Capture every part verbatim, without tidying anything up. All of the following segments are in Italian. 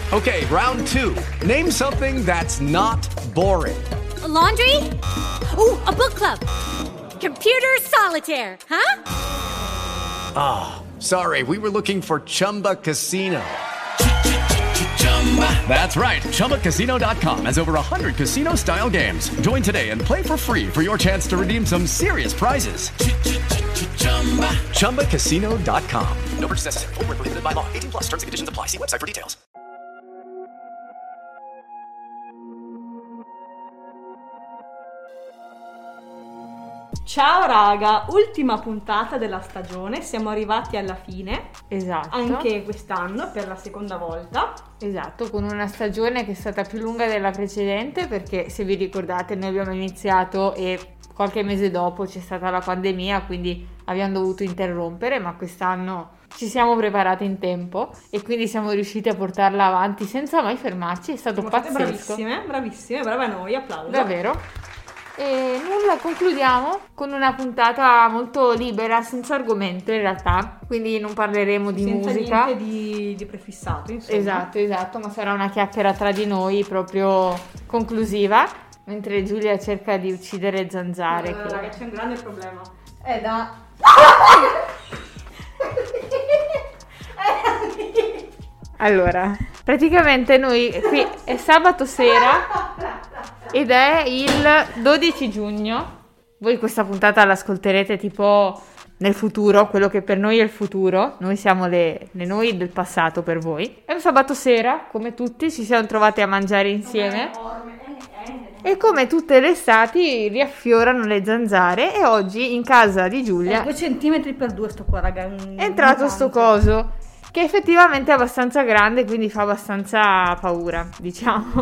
Okay, round two. Name something that's not boring. A laundry? Ooh, a book club. Computer solitaire, huh? Ah, oh, sorry, we were looking for Chumba Casino. That's right, Chumba Casino dot com has over one hundred casino-style games. Join today and play for free for your chance to redeem some serious prizes. Chumba Casino dot com. No purchase necessary. Void where prohibited by law. eighteen plus terms and conditions apply. See website for details. Ciao raga, ultima puntata della stagione, siamo arrivati alla fine. Esatto. Anche quest'anno per la seconda volta. Esatto, con una stagione che è stata più lunga della precedente, perché se vi ricordate noi abbiamo iniziato e qualche mese dopo c'è stata la pandemia, quindi abbiamo dovuto interrompere, ma quest'anno ci siamo preparati in tempo e quindi siamo riusciti a portarla avanti senza mai fermarci. È stato Siamo pazzesco. Bravissime, bravissime, brava noi, applauso. Davvero. E nulla, concludiamo con una puntata molto libera, senza argomento in realtà, quindi non parleremo di senza musica. Niente di, di prefissato, insomma. Esatto, esatto, ma sarà una chiacchiera tra di noi proprio conclusiva, mentre Giulia cerca di uccidere zanzare. Allora, che... raga, c'è un grande problema. È da... Allora, praticamente noi qui è sabato sera ed è il dodici giugno. Voi questa puntata l'ascolterete tipo nel futuro, quello che per noi è il futuro. Noi siamo le, le noi del passato per voi. È un sabato sera, come tutti, ci siamo trovati a mangiare insieme. E come tutte le estati riaffiorano le zanzare e oggi in casa di Giulia due centimetri per due sto qua, raga. è entrato sto coso che effettivamente è abbastanza grande, quindi fa abbastanza paura, diciamo.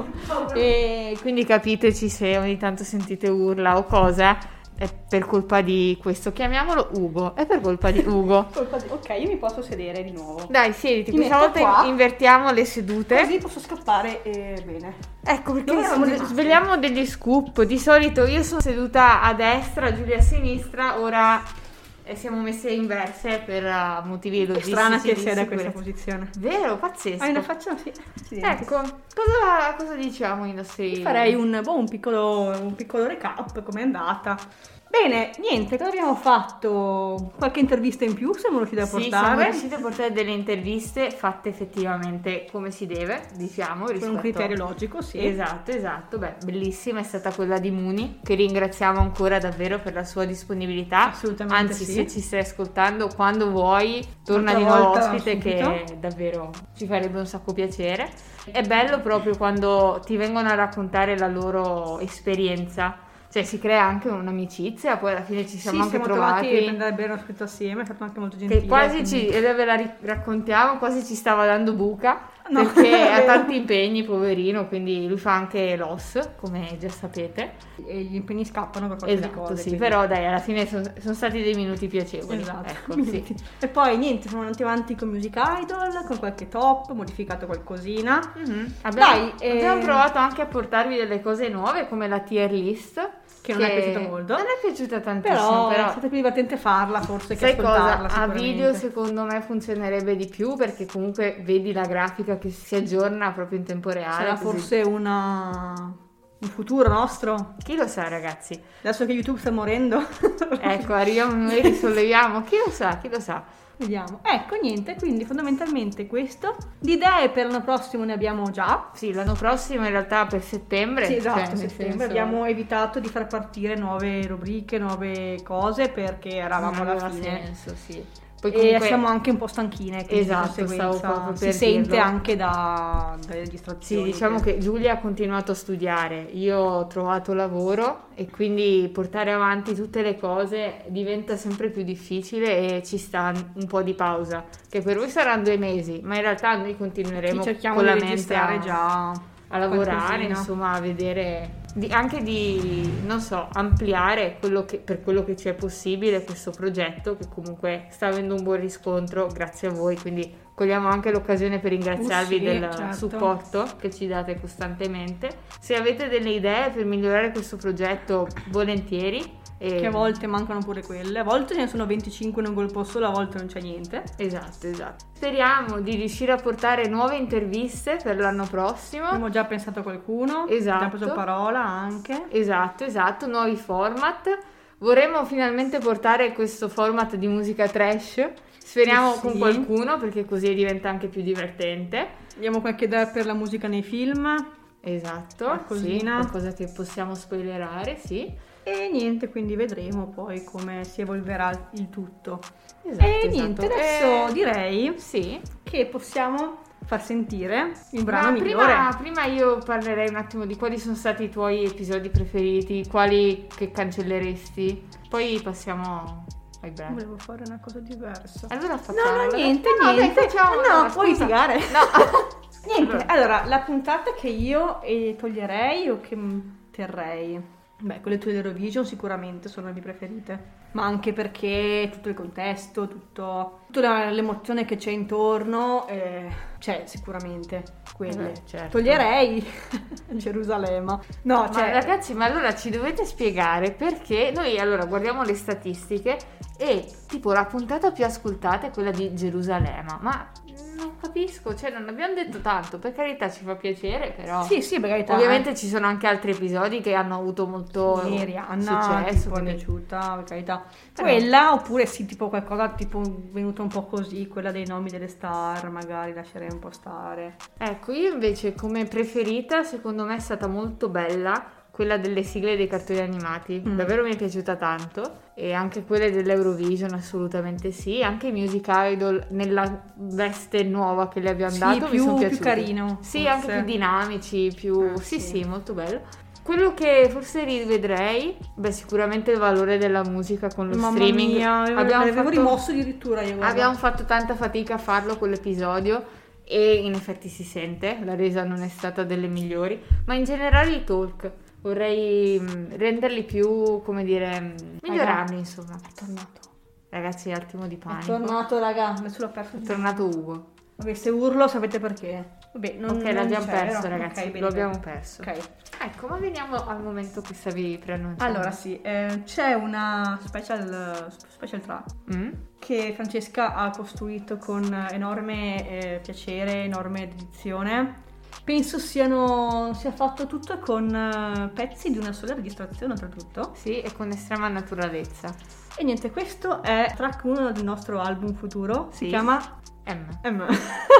E quindi capiteci se ogni tanto sentite urla o cosa, è per colpa di questo. Chiamiamolo Ugo, è per colpa di Ugo. Ok, io mi posso sedere di nuovo. Dai, siediti, Ti questa metto volta qua, invertiamo le sedute. così posso scappare e bene. Ecco, perché Dove eravamo s- rimasti? svegliamo degli scoop. Di solito io sono seduta a destra, Giulia a sinistra, ora eh, siamo messe inverse per uh, motivi logistici. Strana che di sia da sicurezza. questa posizione. Vero, pazzesco. Ah, una faccia sì. accidenti. Ecco, cosa, cosa diciamo i nostri... Farei un, boh, un piccolo un piccolo recap, com'è andata. Bene, niente, cosa abbiamo fatto? Qualche intervista in più siamo riusciti a Sì, siamo portare. riusciti a portare delle interviste fatte effettivamente come si deve, diciamo, Con rispetto un criterio logico, sì. Esatto, esatto. Beh, bellissima è stata quella di Muni, che ringraziamo ancora davvero per la sua disponibilità. Assolutamente Anzi, sì. se ci stai ascoltando, quando vuoi, torna Un'altra di nuovo volta, ospite, subito. che davvero ci farebbe un sacco piacere. È bello proprio quando ti vengono a raccontare la loro esperienza. Cioè si crea anche un'amicizia, poi alla fine ci siamo Sì, anche siamo trovati, trovati per andare a bere una scritta assieme, è stato anche molto gentile. che quasi quindi- ci, e ve la ri- raccontiamo, quasi ci stava dando buca, No, perché è ha vero. tanti impegni, poverino, quindi lui fa anche l'os, come già sapete. E gli impegni scappano per forza di Esatto, cose. sì, quindi- però dai, alla fine sono sono stati dei minuti piacevoli. Esatto. Ecco, Minuti. sì. E poi niente, siamo andati avanti con Music Idol, con qualche top, modificato qualcosina. Mhm. Abbiamo, Dai, eh, abbiamo provato anche a portarvi delle cose nuove, come la tier list, Che non è piaciuta molto. Non è piaciuta tantissimo, Però, però... è stato più divertente farla forse che Sai ascoltarla. cosa? A sicuramente. video secondo me funzionerebbe di più, perché comunque vedi la grafica che si aggiorna proprio in tempo reale. Sarà così. forse una... un futuro nostro. Chi lo sa, ragazzi? Adesso che YouTube sta morendo. Ecco, arriviamo noi, risolleviamo. Chi lo sa, chi lo sa. Vediamo. Ecco, niente, quindi fondamentalmente questo. Di idee per l'anno prossimo ne abbiamo già. Sì, l'anno prossimo in realtà per settembre. Sì, esatto, cioè, nel settembre senso, abbiamo evitato di far partire nuove rubriche, nuove cose perché non eravamo alla aveva fine. senso, sì. Poi E comunque, siamo anche un po' stanchine, quindi Esatto, di stavo conseguenza proprio si per sente dirlo. anche da, dalle sì, registrazioni. diciamo che Giulia ha continuato a studiare, io ho trovato lavoro e quindi portare avanti tutte le cose diventa sempre più difficile e ci sta un po' di pausa, che per voi saranno due mesi, ma in realtà noi continueremo Sì, cerchiamo con di la mente registrare a, già a lavorare, qualcosina. insomma, a vedere, di- anche di, non so, ampliare quello che, per quello che ci è possibile questo progetto, che comunque sta avendo un buon riscontro grazie a voi, quindi cogliamo anche l'occasione per ringraziarvi Uh, sì, del certo. supporto che ci date costantemente. Se avete delle idee per migliorare questo progetto, volentieri. E... che a volte mancano pure quelle, a volte ce ne sono venticinque in un colpo solo, a volte non c'è niente. Esatto, esatto. Speriamo di riuscire a portare nuove interviste per l'anno prossimo. Abbiamo già pensato a qualcuno, Esatto. abbiamo preso parola anche. Esatto, esatto, nuovi format. Vorremmo finalmente portare questo format di musica trash. Speriamo Sì. con qualcuno, perché così diventa anche più divertente. Abbiamo qualche idea per la musica nei film. Esatto, Qualcosina. sì, qualcosa che possiamo spoilerare, sì. E niente, quindi vedremo poi come si evolverà il tutto. Esatto, e esatto. niente, adesso Eh, direi Sì. che possiamo far sentire il brano Ma migliore. prima, prima io parlerei un attimo di quali sono stati i tuoi episodi preferiti, quali che cancelleresti, poi passiamo ai brani. Volevo fare una cosa diversa. Allora No, facciamo. no, niente, no, no, niente. dai, facciamo, no, no, puoi scusa. litigare. No. Niente, allora, la puntata che io eh, toglierei o che mm, terrei? Beh, quelle tue dell'Eurovision sicuramente sono le mie preferite, ma anche perché tutto il contesto, tutto, tutta la- l'emozione che c'è intorno, eh, c'è sicuramente quelle. Eh, certo. Toglierei Gerusalemme. No, Ma cioè, ragazzi, ma allora ci dovete spiegare perché noi allora guardiamo le statistiche e tipo la puntata più ascoltata è quella di Gerusalemme, ma non capisco, cioè non abbiamo detto tanto, per carità ci fa piacere, però sì, sì, per carità. ovviamente ci sono anche altri episodi che hanno avuto molto Sì, Rihanna, successo, tipo, è quindi- piaciuta, per carità. Però- Quella, oppure sì, tipo qualcosa tipo venuto un po' così, quella dei nomi delle star, magari lascerei un po' stare. Ecco, io invece come preferita, secondo me è stata molto bella quella delle sigle dei cartoni animati, Mm. davvero mi è piaciuta tanto, e anche quelle dell'Eurovision assolutamente sì, anche i Music Idol nella veste nuova che le abbiamo Sì, dato mi più- sono più piaciuti. carino, Sì, forse. anche più dinamici, più... Ah, sì, sì. sì, molto bello. Quello che forse rivedrei, beh, sicuramente il valore della musica con lo Mamma streaming. mia, abbiamo l'avevo fatto... rimosso addirittura io. guarda. Abbiamo fatto tanta fatica a farlo quell'episodio e in effetti si sente, la resa non è stata delle migliori, ma in generale i talk vorrei mh, renderli più, come dire, mh, migliorarli insomma. È tornato. Ragazzi, attimo di È panico. tornato, raga. Adesso l'ho perso. È tornato Ugo. Vabbè, se urlo sapete perché. Vabbè, non, ok, non l'abbiamo c'è, perso no? ragazzi, Ok, bene, lo abbiamo bene. perso. Ok. Ecco, ma veniamo al momento che stavi preannunciando. Allora sì, eh, c'è una special, special track Mm? che Francesca ha costruito con enorme eh, piacere, enorme dedizione. Penso siano, sia fatto tutto con eh, pezzi di una sola registrazione oltretutto. Sì, e con estrema naturalezza. E niente, questo è track uno del nostro album futuro, si Sì. chiama M. M.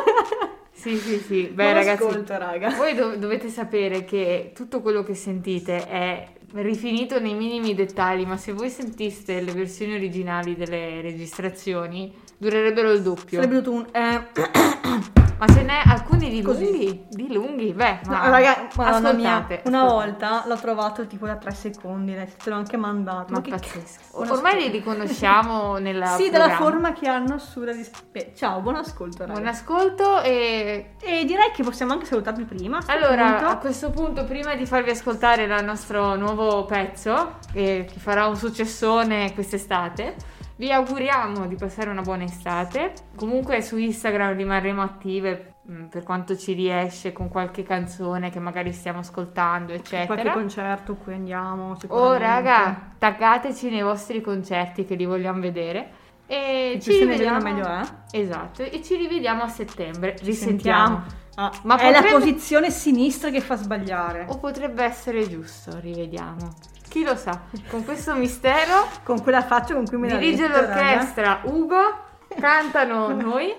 Sì, sì, sì. Beh, Buon ragazzi, ascolto, raga. voi dov- dovete sapere che tutto quello che sentite è rifinito nei minimi dettagli, ma se voi sentiste le versioni originali delle registrazioni, durerebbero il doppio. Sarebbe venuto un eh. Ma ce n'è alcuni di Così. lunghi, di lunghi, beh, ma No, raga, madonna mia, ascoltate. una ascoltate. volta l'ho trovato tipo da tre secondi, adesso te l'ho anche mandato. Ma che pazzesco. c- buon Ormai li ascolto. riconosciamo nella Sì, dalla programma. forma che hanno sulla dis- Beh, ciao, buon ascolto, raga. Buon ascolto e E direi che possiamo anche salutarvi prima. a sto allora, punto. a questo punto, prima di farvi ascoltare il nostro nuovo pezzo, che, che farà un successone quest'estate, vi auguriamo di passare una buona estate. Comunque su Instagram rimarremo attive mh, per quanto ci riesce, con qualche canzone che magari stiamo ascoltando, qualche eccetera. concerto cui andiamo. Oh sicuramente. raga, taggateci nei vostri concerti che li vogliamo vedere. E Che ci più se ne rivediamo. vedono meglio è. Esatto, e ci rivediamo a settembre. Ci Risentiamo. sentiamo. Ah, Ma è la potrebbe- posizione sinistra che fa sbagliare. O potrebbe essere giusto, rivediamo. Chi lo sa? Con questo mistero Con quella faccia con cui me l'ha dirige detto, raga. l'orchestra Ugo, cantano noi.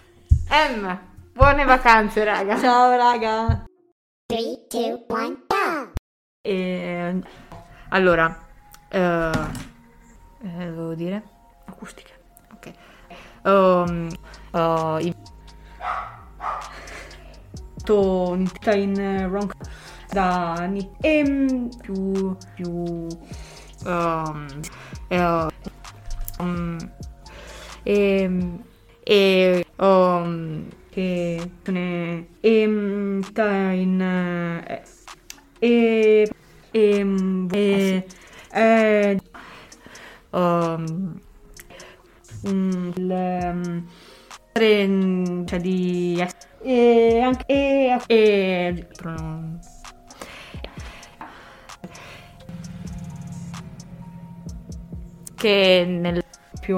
M, buone vacanze, raga. Ciao raga. Three, two, one, go! E... Allora, eh, eh, devo dire? Acustica. Ok. Um, oh, i- To in eh, wrong da anni. E più più um, eh, um, e, e um, che ne e sta in eh, e e e eh, um, mm, il ehm, tre- cioè di e anche e, e pronon- che nel più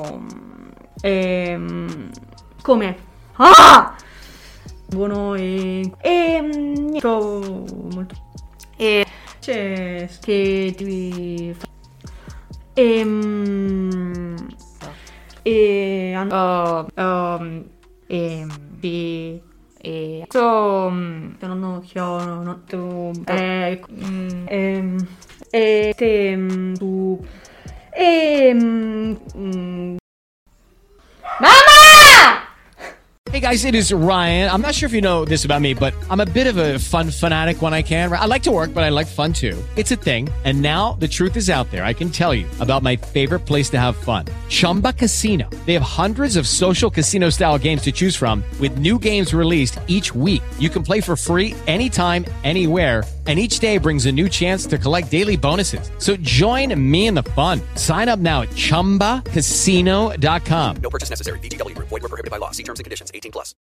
ehm, come ah buono e e molto, molto e c'è che ti fa ehm e oh, um, e e e so non ho chiaro non tu eh mm, ehm e te tu ehm Mamma! Hey guys, it is Ryan. I'm not sure if you know this about me, but I'm a bit of a fun fanatic when I can. I like to work, but I like fun too. It's a thing. And now the truth is out there. I can tell you about my favorite place to have fun. Chumba Casino. They have hundreds of social casino style games to choose from with new games released each week. You can play for free anytime, anywhere. And each day brings a new chance to collect daily bonuses. So join me in the fun. Sign up now at chumba casino dot com. No purchase necessary. V G W Group. Void where prohibited by law. See terms and conditions. eighteen plus.